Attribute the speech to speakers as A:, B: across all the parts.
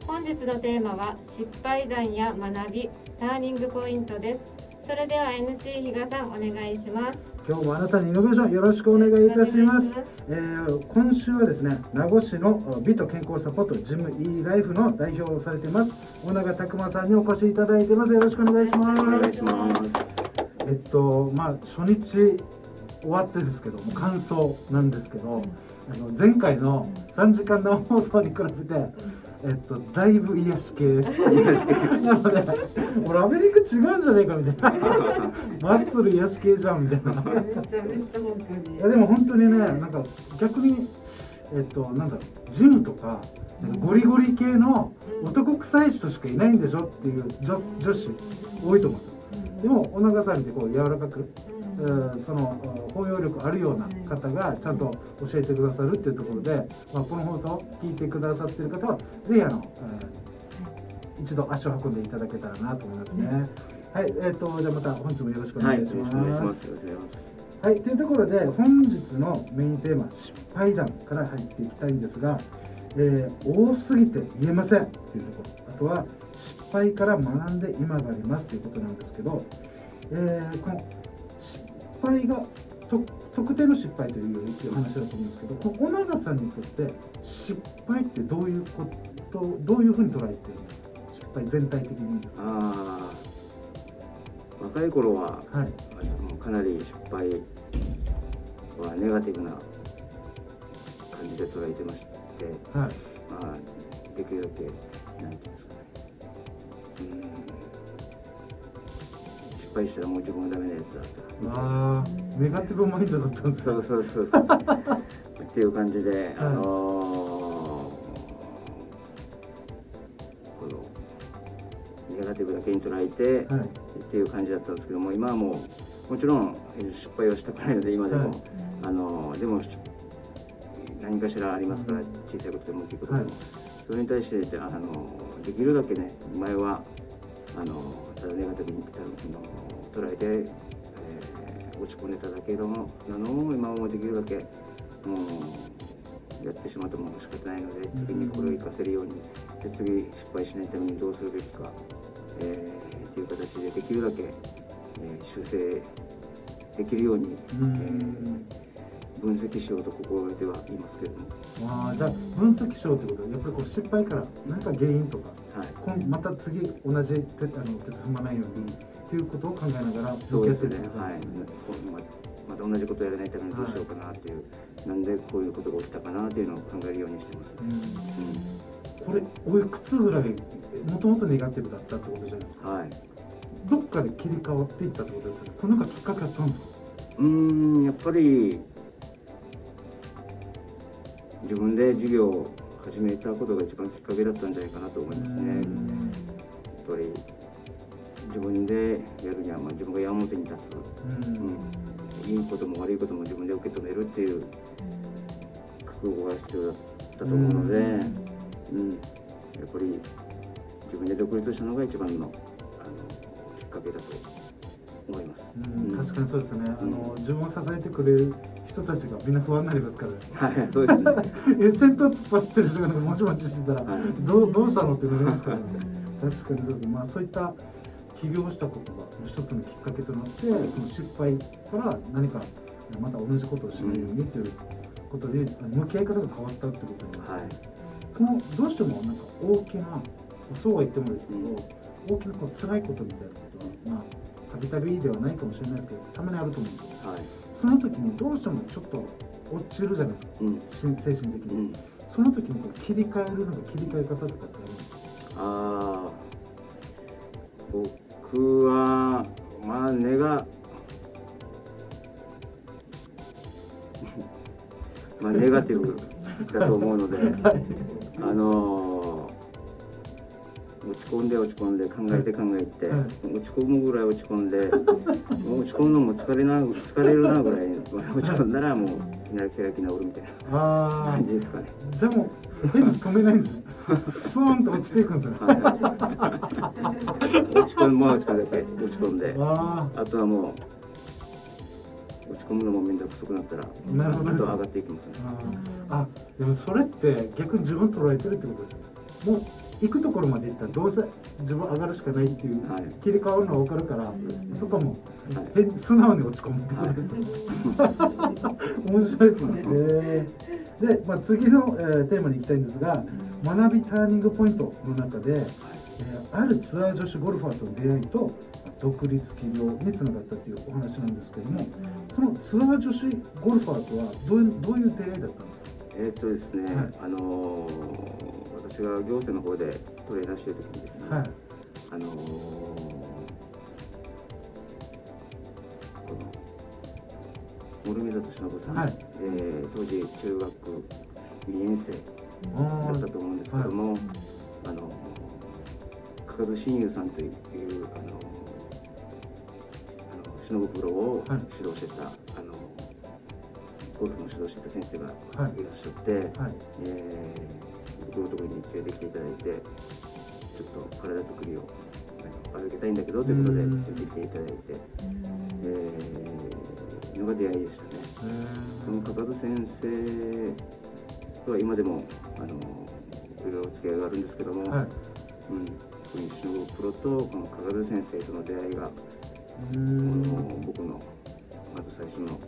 A: 本日のテーマは失敗談や学び、ターニングポイントです。それでは NC 比嘉さんお願いします。
B: 今日もあなたにイノベーションよろしくお願いいたします。今週はですね、名護市の美と健康サポートジム E ライフの代表をされています小永拓馬さんにお越しいただいています。よろしくお願いします。
C: お願いします。
B: 初日終わってですけども感想なんですけど、前回の3時間生放送に比べて、だいぶ癒し系なので、俺アメリカ違うんじゃねえかみたいなマッスル癒し系じゃんみたいな
A: めっちゃ本当に。
B: いやでも本当にね、なんか逆にジムとかゴリゴリ系の男臭い人しかいないんでしょっていう女子多いと思うんですよ。でも小永さんってこう柔らかく、その包容力あるような方がちゃんと教えてくださるっていうところで、この放送を聞いてくださっている方はぜひ一度足を運んでいただけたらなと思いますね。はい、じゃあまた本日もよろしくお願いします。はい、というところで本日のメインテーマ失敗談から入っていきたいんですが、多すぎて言えませんというところ、あとは失敗から学んで今がありますということなんですけど、この失敗が特定の失敗という話だと思うんですけど、この小永さんにとって失敗ってどういうふうに捉えているんですか？失敗全体的にですか？
C: 若い頃は、
B: はい、
C: かなり失敗はネガティブな感じで捉えてまして、
B: はい、
C: できるだけなんていうんですかね、失敗したらもう自分はダメなやつだった。
B: ネガティブマインドだったんですか？
C: そうっていう感じで、このネガティブだけに捉えて、っていう感じだったんですけども、今はもうもちろん失敗はしたくないので今でも、でも何かしらありますから、小さいことでも大きいことでも、それに対してできるだけね、前はただネガティブに捉えて、落ち込んでただけなのを今もできるだけやってしまっても仕方ないので、次にこれを活かせるように、で次失敗しないためにどうするべきか、っていう形でできるだけ、修正できるように、分析しようと心がけてはいますけれども。
B: じゃあ分析しようということはやっぱりこう失敗から何か原因とか、また次同じ鉄踏まないようにっていうことを考えながら向き合ってるんですね。
C: また同じことをやらないためにどうしようかなっていう、なんでこういうことが起きたかなっていうのを考えるようにしてます。
B: これおいくつぐらいもともとネガティブだったってことじゃないですか？はい。どっかで切り替わっていったってことですよね。これなんかきっかけあったんですか？
C: やっぱり自分で事業を始めたことが一番きっかけだったんじゃないかなと思いますね。やっぱり自分でやるには、自分が矢面に立つ、いいことも悪いことも自分で受け止めるっていう覚悟が必要だったと思うので、やっぱり自分で独立したのが一番のきっかけだと思います。
B: 確かにそうですね。自分を支えてくれる人たちがみんな不安になりますからね。
C: はい、そうですね。
B: 先頭突っ走ってる人がもちもちしてたら、どうしたのってなりますからね。確かにそうですね。そういった起業したことが一つのきっかけとなって、その失敗から何かまた同じことをしないようにということで向き合い方が変わったってことになります。どうしてもなんか大きな、そうは言ってもですけど、大きな辛いことみたいなことはたびたびではないかもしれないですけど、たまにあると思うんですよ。その時にどうしてもちょっと落ちるじゃないですか、精神的に。その時に切り替えるのが切り替え方とかってあるんですか？
C: 僕は根がネガティブだと思うので、落ち込んで考えて、落ち込むぐらい落ち込んで、もう落ち込むのも疲れるなぐらい落ち込んだらもういきなり開き直るみたいな感じですかね。
B: じゃあもう変に止めないんですね。スーンと落ちていくんですよ。
C: 落ち込んで、あとはもう落ち込むのも面倒くさくなったら、どんどん上がっていきますね。
B: でもそれって逆に自分捉えてるってことですよね。もう行くところまで行ったらどうせ自分上がるしかないっていう、
C: はい、
B: 切り替わるのは分かるから、そこも、
C: はい、
B: 素直に落ち込むってことです、はい、面白いですね。で、次の、テーマに行きたいんですが、学びターニングポイントの中で、あるツアー女子ゴルファーとの出会いと独立起業につながったっていうお話なんですけども、そのツアー女子ゴルファーとはどういう出会いだったんですか？
C: ですね、はい、私が行政の方でトレーナーしている時にですね、はい、この諸見里忍さん、はい、当時中学2年生だったと思うんですけども、はい、加賀真優さんという忍プロを指導してた、はい、ゴルフの指導してた先生がいらっしゃって、はい、僕のところに連れてきていただいて、ちょっと体作りを歩けたいんだけどということで連れてきていただいて、のが出会いでしたね。その加賀先生とは今でもいろいろお付き合いがあるんですけども、はい、忍プロとこの加賀先生との出会いが僕のまず最初の、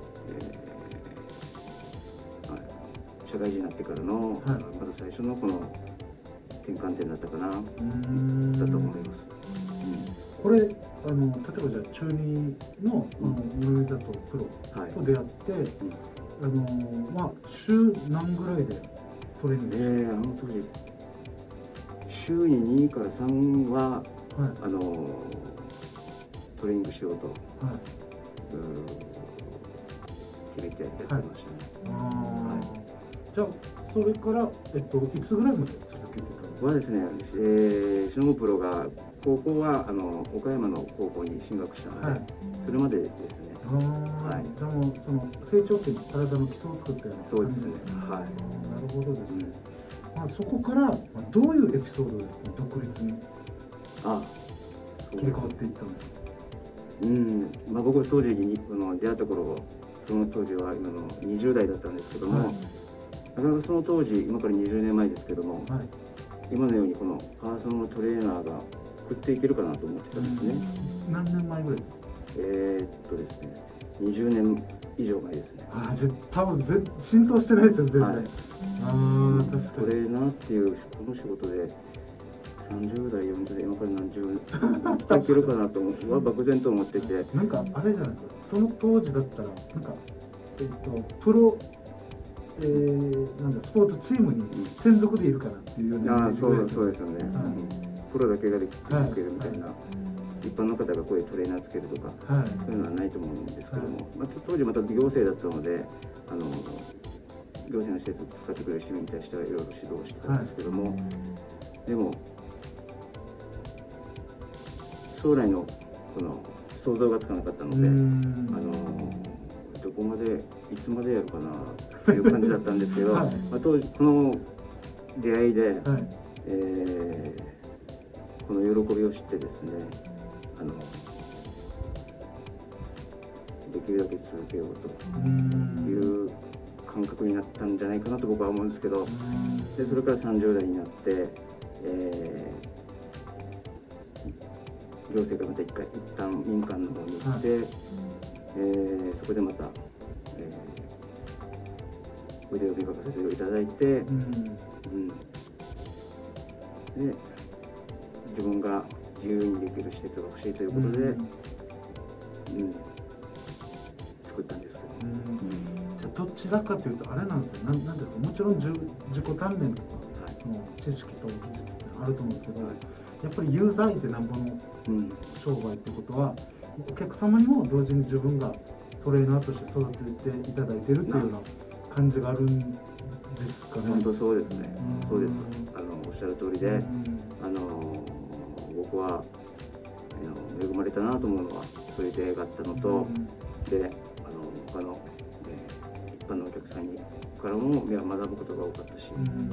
C: 社会人になってからの、はい、まず最初のこの転換点だったかなだと思います。
B: これ例えばじゃあ中2の室見里プロと出会って、はい、週何ぐらいでトレーニングして
C: あの時週に2から3は、はい、トレーニングしようと、はい、決めてやってましたね。
B: はい、じゃあそれから、いつぐらいまで続けてたんですか？
C: はですね、忍プロが高校は岡山の高校に進学したので、はい、それまでですね。
B: はい、じゃあもうその成長期の体の基礎を作ったような
C: そうですね。はい。
B: なるほどですね。そこからどういうエピソードで独立に切り替わっていったんですか？
C: 僕当時に出会った頃、その当時は今の20代だったんですけども、はい、なかなかその当時、今から20年前ですけども、はい、今のようにこのパーソナルトレーナーが食っていけるかなと思ってたんですね。
B: 何年前ぐらいですか？
C: ですね、20年以上前ですね。
B: 多分浸透してないですよね。はい、
C: 確かにトレーナーっていうこの仕事で30代40代今から何十年いけるかなとは漠然と思ってて、
B: なんかあれじゃないですか、その当時だったらなんかプロなんだスポーツチームに専属でいるかなっていうような
C: そうですよね。プロだけができるみたいな。一般の方がこういうトレーナーつけるとか、はい、そういうのはないと思うんですけども、はい、当時また行政だったので行政の施設を使ってくれる市民に対してはいろいろ指導してたんですけども、はい、でも将来のこの想像がつかなかったのでどこまでいつまでやるかなという感じだったんですけど、はい、当時この出会いで、はい、この喜びを知ってですねできるだけ続けようという感覚になったんじゃないかなと僕は思うんですけど、でそれから30代になって、行政がまた一旦民間の方に行って、そこでまた、腕を磨かせていただいて、で自分が自由にできる施設が欲しいということで、作ったんですけど、
B: じゃあどちらかというとあれなんですよ、なんですか、もちろん自己鍛錬とか、その知識と技術ってあると思うんですけど、やっぱりユーザーってなんぼの商売ってことは、お客様にも同時に自分がトレーナーとして育てていただいてるっていうような感じがあるんですかね。
C: 本当そうですね。そうです。おっしゃる通りで、僕は恵まれたなと思うのはそういう出会いがあったのと、で他の、一般のお客さんからも学ぶことが多かったし、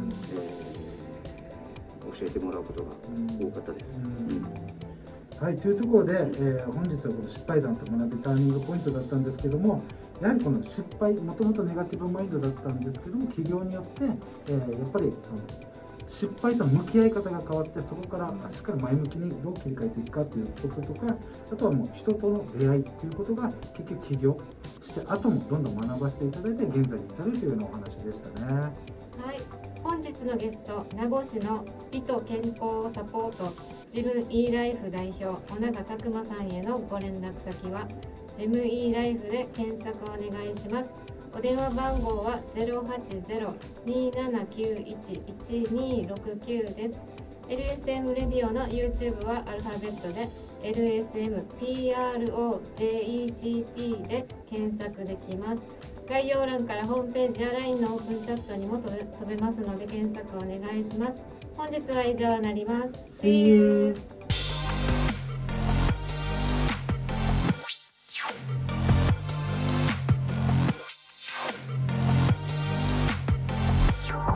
C: 教えてもらうことが多かったです。
B: はい、というところで、本日はこの失敗談と学びターニングポイントだったんですけども、やはりこの失敗、もともとネガティブマインドだったんですけども、起業によって、やっぱりその失敗との向き合い方が変わって、そこからしっかり前向きにどう切り替えていくかということとか、あとはもう人との出会いっていうことが結局起業して後もどんどん学ばせていただいて現在に至るというようなお話でしたね。
A: はい、本日のゲスト、名護市の美と健康サポートジム E ライフ代表尾長拓磨さんへのご連絡先はジム E ライフで検索お願いします。お電話番号は 080-2791-1269 です。LSM レディオの YouTube はアルファベットで LSMPROJECT で検索できます。概要欄からホームページや LINE のオープンチャットにも飛べますので検索お願いします。本日は以上になります。See you!